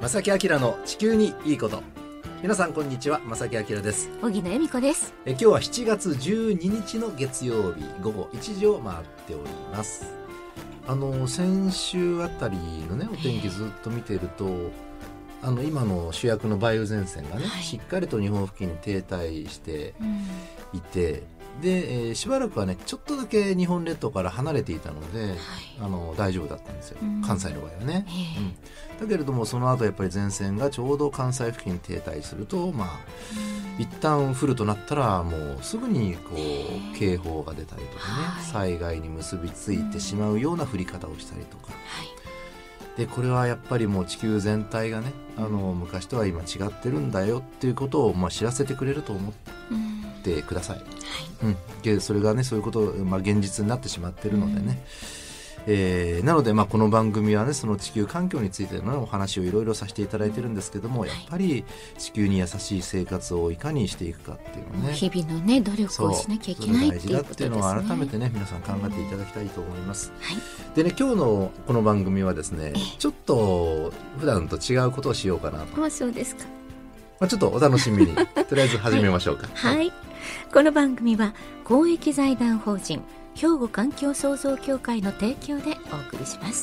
正木明の地球にいいこと。皆さんこんにちは、正木明です。 小木野恵美子です。 今日は7月12日の月曜日午後1時を回っております。先週あたりのねお天気ずっと見ていると、今の主役の梅雨前線がね、しっかりと日本付近に停滞していて、で、しばらくはねちょっとだけ日本列島から離れていたので、大丈夫だったんですよ、関西の場合はね、だけれどもその後やっぱり前線がちょうど関西付近に停滞すると、一旦降るとなったらもうすぐにこう警報が出たりとかね、災害に結びついてしまうような降り方をしたりとか、でこれはやっぱりもう地球全体がね、昔とは今違ってるんだよっていうことを知らせてくれると思ってください。でそれがねそういうこと、現実になってしまってるのでね、なのでこの番組はねその地球環境についてのお話をいろいろさせていただいてるんですけども、やっぱり地球に優しい生活をいかにしていくかっていうのね、 日々のね努力をしなきゃいけないっていうことですね。 それ大事だっていうのを改めてね皆さん考えていただきたいと思います。でね、今日のこの番組はですね、ちょっと普段と違うことをしようかなと。 そうですか。 ちょっとお楽しみにとりあえず始めましょうか。 この番組は公益財団法人兵庫環境創造協会の提供でお送りします。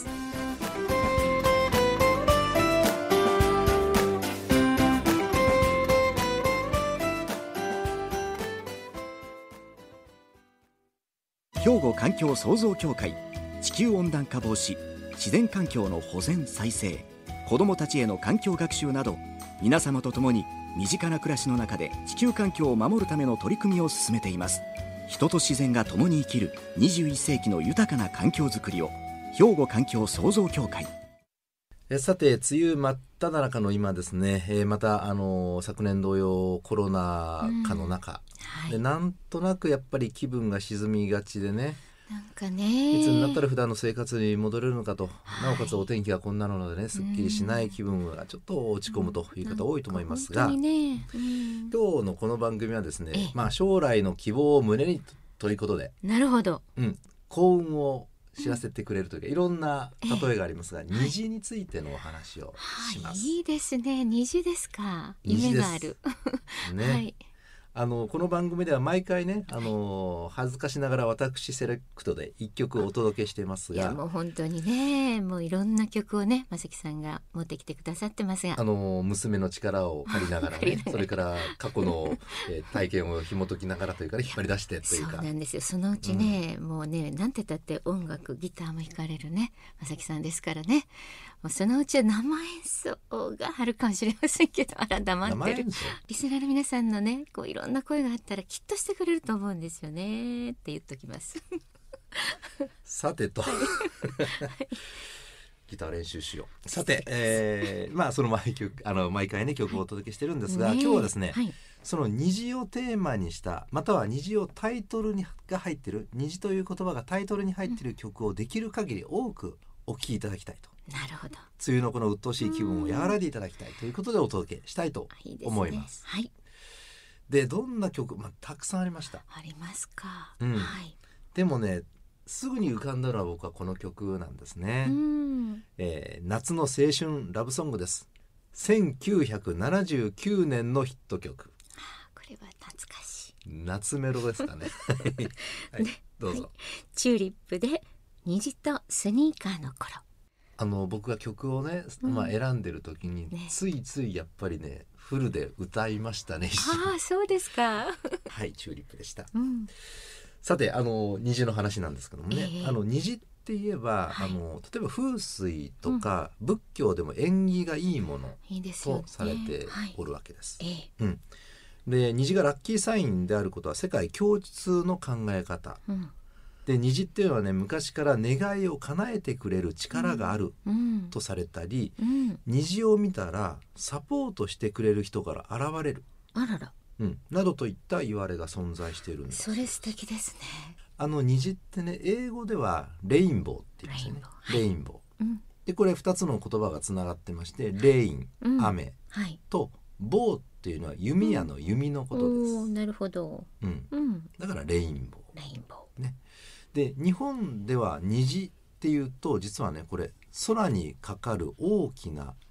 兵庫環境創造協会、地球温暖化防止、自然環境の保全再生、子どもたちへの環境学習など、皆様と共に身近な暮らしの中で地球環境を守るための取り組みを進めています。人と自然が共に生きる21世紀の豊かな環境づくりを、兵庫環境創造協会。 さて、梅雨真っ只中の今ですね、また昨年同様コロナ禍の中、でなんとなくやっぱり気分が沈みがちでね、 なんかね、 いつになったら普段の生活に戻れるのかと、なおかつお天気がこんなのでね、すっきりしない気分がちょっと落ち込むという方多いと思いますが、今日のこの番組はですね、将来の希望を胸にということで、 なるほど、 幸運を知らせてくれるというか、いろんな例えがありますが、虹についてのお話をします。 いいですね。虹ですか。夢があるね。この番組では毎回ね、恥ずかしながら私セレクトで一曲お届けしていますが、 もう本当にね、もういろんな曲をね正木さんが持ってきてくださってますが、 娘の力を借りながらねそれから過去の、体験を紐解きながらというか、引っ張り出してというか、 そうなんですよ。そのうちね、もうね、なんて言ったって音楽ギターも弾かれるね正木さんですからね、もうそのうちは生演奏があるかもしれませんけど、あら黙ってるリスナーの皆さんのね、こういろんな声があったらきっとしてくれると思うんですよねって言っときますさてとギター練習しよう。さて、その毎回ね曲をお届けしてるんですが、今日はですね、その虹をテーマにした、または虹をタイトルが入ってる、虹という言葉がタイトルに入っている曲をできる限り多くお聴きいただきたいと。 なるほど。 梅雨のこの鬱陶しい気分を和らいでいただきたいということでお届けしたいと思います。で、どんな曲、たくさんありました。 ありますか。 でもね、すぐに浮かんだのは僕はこの曲なんですね。夏の青春ラブソングです。1979年のヒット曲。 これは懐かしい夏メロですかねどうぞ。 チューリップで虹とスニーカーの頃。 僕が曲をね、選んでる時に、ついついやっぱりねフルで歌いましたね。 そうですかチューリップでした。さて、虹の話なんですけどもね、虹って言えば、例えば風水とか、仏教でも縁起がいいものとされておるわけです。で、虹がラッキーサインであることは世界共通の考え方、で、虹っていうのはね、昔から願いを叶えてくれる力があるとされたり、虹を見たらサポートしてくれる人から現れる、などといった言われが存在しているんです。 それ素敵ですね。 虹ってね、英語ではレインボーって言いますよね。レインボー、でこれ2つの言葉がつながってまして、レイン、雨、とボーっていうのは弓矢の弓のことです。 なるほど。 だからレインボー、ね。で、日本では虹っていうと、実はねこれ空にかかる大きな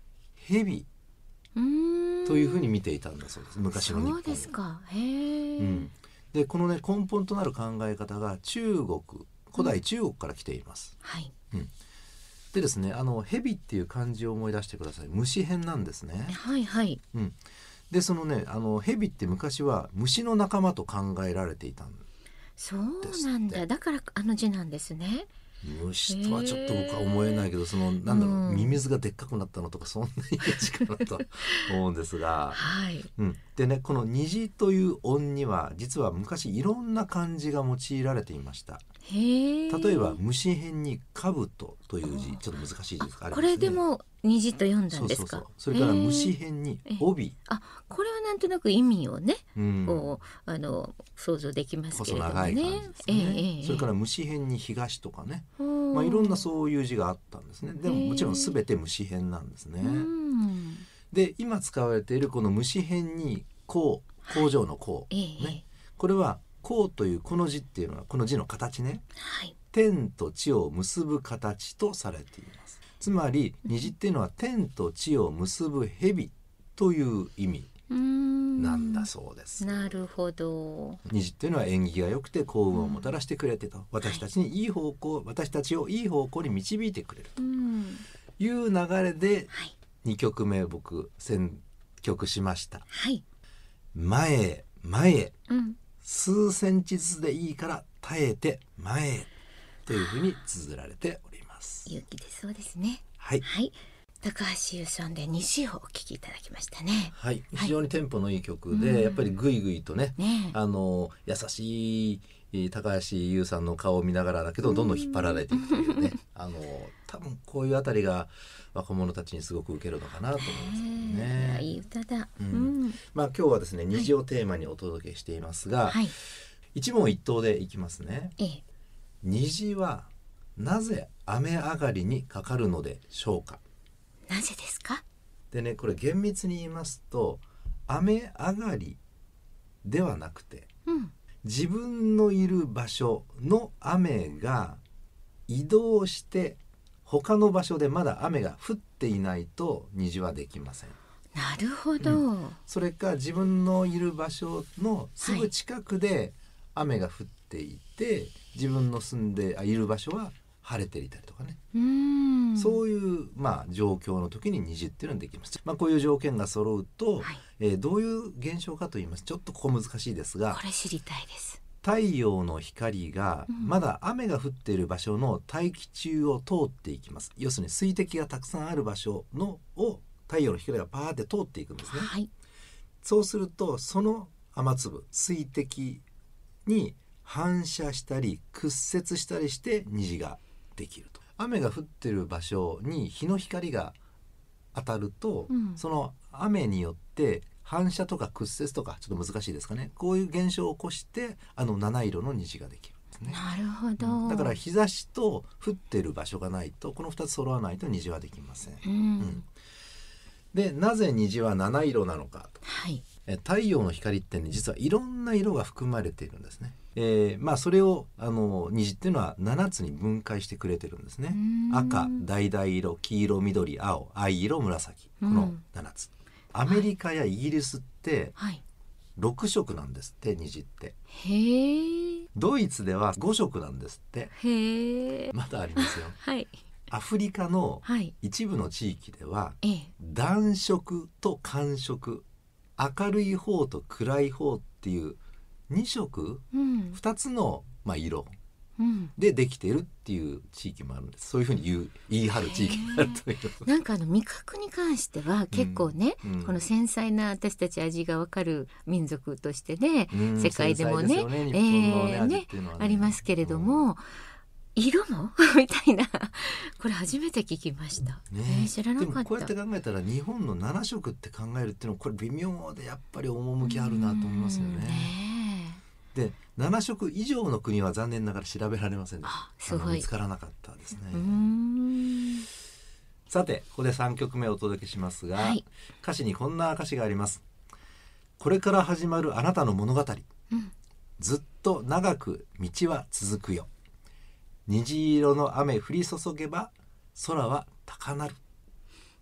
蛇というふうに見ていたんだそうです、昔の日本。 そうですか。へー、 でこのね根本となる考え方が古代中国から来ています。 はい。 でですね、蛇っていう漢字を思い出してください。虫編なんですね。 はいはい。 でそのね蛇って昔は虫の仲間と考えられていたんですって。 そうなんだ。だから字なんですね。 虫とはちょっと僕は思えないけど、ミミズがでっかくなったのとかそんなイメージかなと思うんですが、 はい。 でね、この虹という音には実は昔いろんな漢字が用いられていました。 へー。 例えば虫編に兜という字、ちょっと難しいですか。 これでも虹と読んだんですか。 そうそれから虫編に帯、 これはなんとなく意味をね、こう想像できますけれどもね。 細長い感じですね。それから虫編に東とかね、いろんなそういう字があったんですね。でももちろん全て虫編なんですね。で今使われているこの虫編に工場の工、これは工というこの字っていうのはこの字の形ね、天と地を結ぶ形とされています。つまり虹っていうのは天と地を結ぶ蛇という意味なんだそうです。 なるほど。 虹っていうのは縁起が良くて幸運をもたらしてくれてと、私たちをいい方向に導いてくれるという流れで、2曲目僕選曲しました。前へ前へ、数センチずつでいいから耐えて前へというふうに綴られております。 勇気出そうですね。 はい、 高橋優さんで虹をお聴きいただきましたね。 非常にテンポのいい曲で、やっぱりグイグイとね、優しい高橋優さんの顔を見ながらだけどどんどん引っ張られていくというね多分こういうあたりが若者たちにすごく受けるのかなと思いますね。 いい歌だ。 今日はですね虹をテーマにお届けしていますが、一問一答でいきますね。虹はなぜ雨上がりにかかるのでしょうか。 なぜですか。 でね、これ厳密に言いますと雨上がりではなくて、自分のいる場所の雨が移動して他の場所でまだ雨が降っていないと虹はできません。 なるほど、 それか自分のいる場所のすぐ近くで雨が降っていて、自分の住んでいる場所は晴れていたりとかね、そういう、状況の時に虹っていうのができます。こういう条件が揃うと、どういう現象かと言います。ちょっとここ難しいですが、 これ知りたいです。 太陽の光がまだ雨が降っている場所の大気中を通っていきます。要するに水滴がたくさんある場所を太陽の光がパーって通っていくんですね。そうするとその雨粒水滴に反射したり屈折したりして虹ができると。雨が降っている場所に日の光が当たると、その雨によって反射とか屈折とかちょっと難しいですかね、こういう現象を起こして七色の虹ができるんですね。 なるほど、 だから日差しと降っている場所がないとこの2つ揃わないと虹はできません。でなぜ虹は七色なのかと、太陽の光ってね実はいろんな色が含まれているんですね。それを虹っていうのは7つに分解してくれてるんですね。赤、橙色、黄色、緑、青、藍色、紫、この7つ。アメリカやイギリスって6色なんですって、虹って。ドイツでは5色なんですって。まだありますよ。アフリカの一部の地域では暖色と寒色、明るい方と暗い方っていう2色、2つの色でできているっていう地域もあるんです。そういうふうに言い張る地域があるという。 なんか味覚に関しては結構ね、この繊細な私たち味がわかる民族としてね、世界でもね、ありますけれども、色もみたいな、これ初めて聞きました。知らなかった。 でもこうやって考えたら日本の7色って考えるっていうのはこれ微妙でやっぱり趣あるなと思いますよね。で7色以上の国は残念ながら調べられませんでした。見つからなかったですね。さてここで3曲目をお届けしますが、歌詞にこんな歌詞があります。これから始まるあなたの物語、ずっと長く道は続くよ、虹色の雨降り注げば空は高鳴る。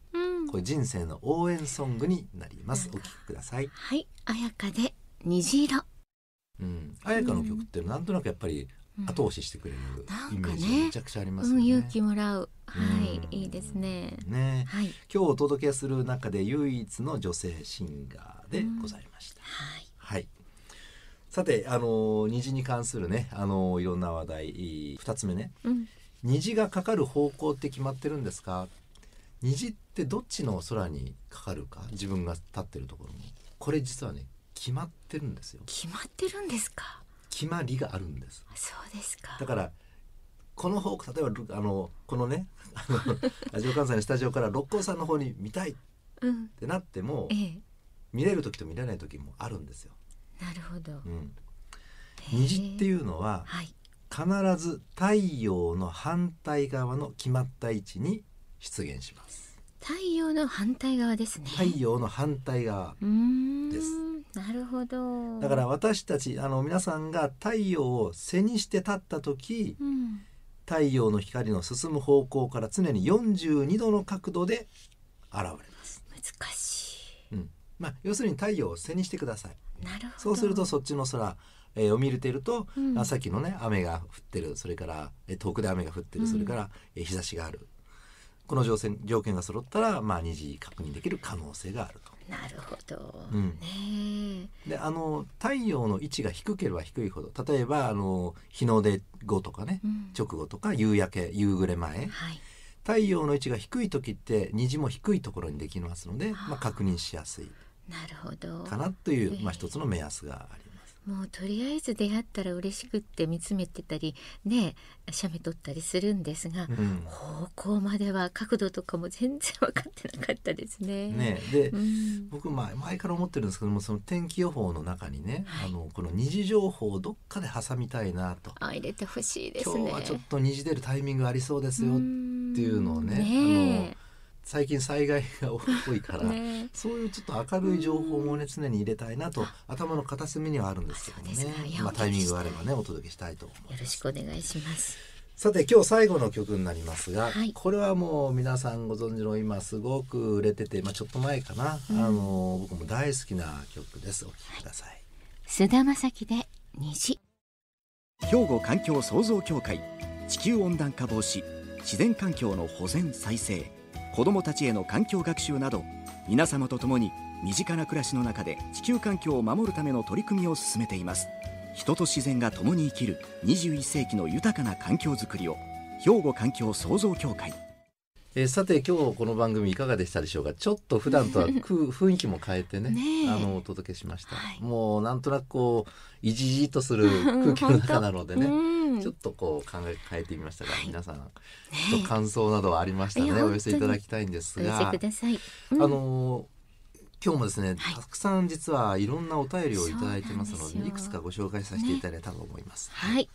これ人生の応援ソングになります。お聴きください。 はい、彩香で虹色。 彩香の曲ってなんとなくやっぱり後押ししてくれるイメージがめちゃくちゃありますよね。 勇気もらう。いいですね。 はい、今日お届けする中で唯一の女性シンガーでございました。はい。さて虹に関するねいろんな話題2つ目ね、虹がかかる方向って決まってるんですか。虹ってどっちの空にかかるか、自分が立ってるところに、これ実はね決まってるんですよ。 決まってるんですか。 決まりがあるんです。 そうですか。 だからこの方、例えばこのねラジオ関西のスタジオから六甲山の方に見たいってなっても、見れる時と見れない時もあるんですよ。 なるほど。 虹っていうのは、必ず太陽の反対側の決まった位置に出現します。 太陽の反対側ですね。 太陽の反対側です。 なるほど。 だから私たち皆さんが太陽を背にして立った時、太陽の光の進む方向から常に42度の角度で現れます。 難しい。要するに太陽を背にしてください。 なるほど。 そうするとそっちの空を見れていると、さっきのね雨が降ってる、それから遠くで雨が降ってる、それから日差しがある、この条件が揃ったら、虹確認できる可能性があると。 なるほど、 で太陽の位置が低ければ低いほど、例えば日の出後とかね、直後とか夕暮れ前、太陽の位置が低い時って虹も低いところにできますので、確認しやすいかなという、一つの目安があります。 もうとりあえず出会ったら嬉しくって見つめてたりね、写メ撮ったりするんですが、方向までは角度とかも全然分かってなかったですね。 で、僕前から思ってるんですけども、その天気予報の中にね、この虹情報をどっかで挟みたいなと。 入れてほしいですね。 今日はちょっと虹出るタイミングありそうですよっていうのをね、最近災害が多いから、そういうちょっと明るい情報もね常に入れたいなと頭の片隅にはあるんですけどね、タイミングがあればねお届けしたいと思います。 よろしくお願いします。 さて今日最後の曲になりますが、これはもう皆さんご存知の今すごく売れてて、ちょっと前かな、僕も大好きな曲です。お聴きください。 菅田将暉で虹。 兵庫環境創造協会、地球温暖化防止、自然環境の保全再生、子どもたちへの環境学習など、皆様と共に身近な暮らしの中で地球環境を守るための取り組みを進めています。人と自然が共に生きる21世紀の豊かな環境づくりを、兵庫環境創造協会。 さて今日この番組いかがでしたでしょうか。ちょっと普段とは雰囲気も変えてねお届けしました。もうなんとなくこういじじとする空気の中なのでねちょっとこう考え変えてみましたが、皆さんちょっと感想などはありましたらねお寄せいただきたいんですが、 お寄せください。 今日もですね、たくさん実はいろんなお便りをいただいてますので、いくつかご紹介させていただいたと思います。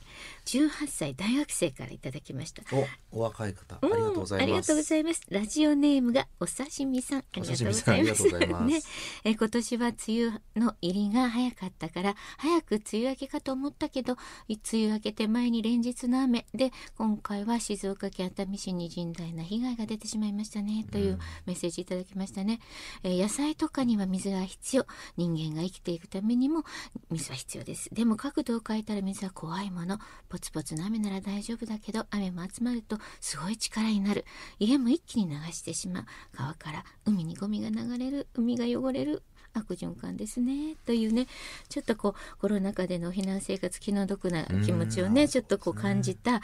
18歳大学生からいただきました。 お若い方、ありがとうございます。 ありがとうございます。ラジオネームがお刺身さん、ありがとうございます。今年は梅雨の入りが早かったから早く梅雨明けかと思ったけど、梅雨明け手前に連日の雨で、今回は静岡県熱海市に甚大な被害が出てしまいましたね、というメッセージいただきましたね。野菜とかには水が必要、人間が生きていくためにも水は必要です。でも角度を変えたら水は怖いもの。ポツポツの雨なら大丈夫だけど、雨も集まるとすごい力になる。家も一気に流してしまう。川から海にゴミが流れる、海が汚れる、悪循環ですね、というね、ちょっとこうコロナ禍での避難生活気の毒な気持ちをねちょっとこう感じた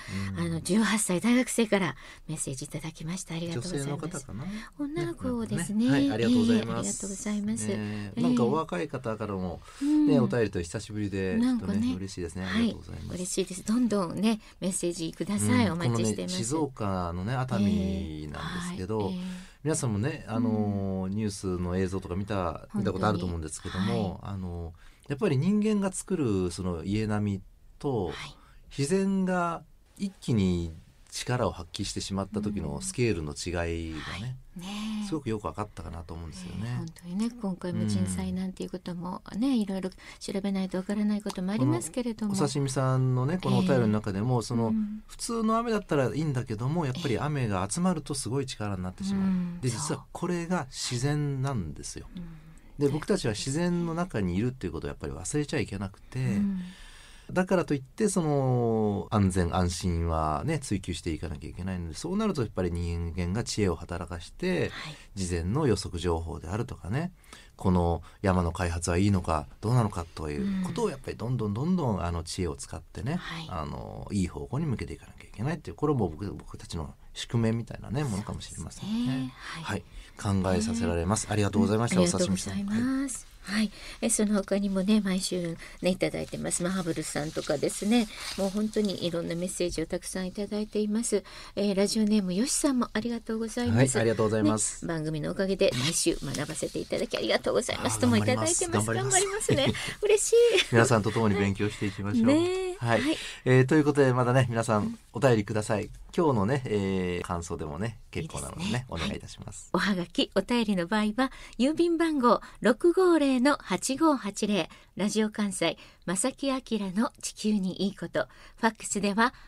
18歳大学生からメッセージいただきました。ありがとうございます。女性の方かな、 女の子ですね。 ありがとうございます。 ありがとうございます。 なんかお若い方からもお便りと久しぶりでなんかね嬉しいですね。ありがとうございます。 嬉しいです。どんどんねメッセージください。お待ちしてます。 静岡のね熱海なんですけど、皆さんもねニュースの映像とか見たことあると思うんですけども、やっぱり人間が作るその家並みと自然が一気に力を発揮してしまった時のスケールの違いがね、すごくよく分かったかなと思うんですよね。 本当にね、今回も人災なんていうこともね、いろいろ調べないと分からないこともありますけれども、 お刺身さんのねこのお便りの中でも、その普通の雨だったらいいんだけども、やっぱり雨が集まるとすごい力になってしまう、で実はこれが自然なんですよ。で僕たちは自然の中にいるっていうことをやっぱり忘れちゃいけなくて、だからといってその安全安心はね追求していかなきゃいけないので、そうなるとやっぱり人間が知恵を働かして、事前の予測情報であるとかね、この山の開発はいいのかどうなのかということをやっぱりどんどん知恵を使ってね、いい方向に向けていかなきゃいけないっていう、これも僕たちの宿命みたいなねものかもしれませんね。考えさせられます。ありがとうございました。お刺身さん。 その他にもね毎週ねいただいてます。マハブルさんとかですね、もう本当にいろんなメッセージをたくさんいただいています。ラジオネームよしさんもありがとうございます。 ありがとうございます、 番組のおかげで毎週学ばせていただきありがとうございますともいただいてます。頑張りますね。嬉しい。 皆さんと共に勉強していきましょうね。 ということでまたね皆さんお便りください。今日のね、感想でもね結構なのでねお願いいたします。 おはがきお便りの場合は郵便番号 650-8580 ラジオ関西正木明の地球にいいこと、ファックスでは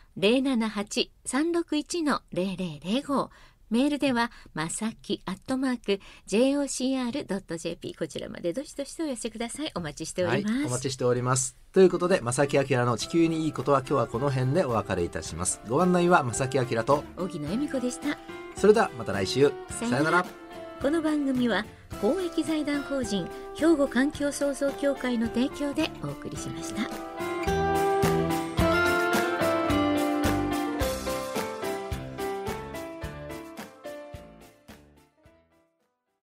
078-361-0005、メールではまさき@jocr.jp、 こちらまでどしどしとお寄せください。お待ちしております。 お待ちしております。ということで正木明の地球にいいことは今日はこの辺でお別れいたします。ご案内は正木明と荻野恵美子でした。 それではまた来週、さよなら。 この番組は公益財団法人兵庫環境創造協会の提供でお送りしました。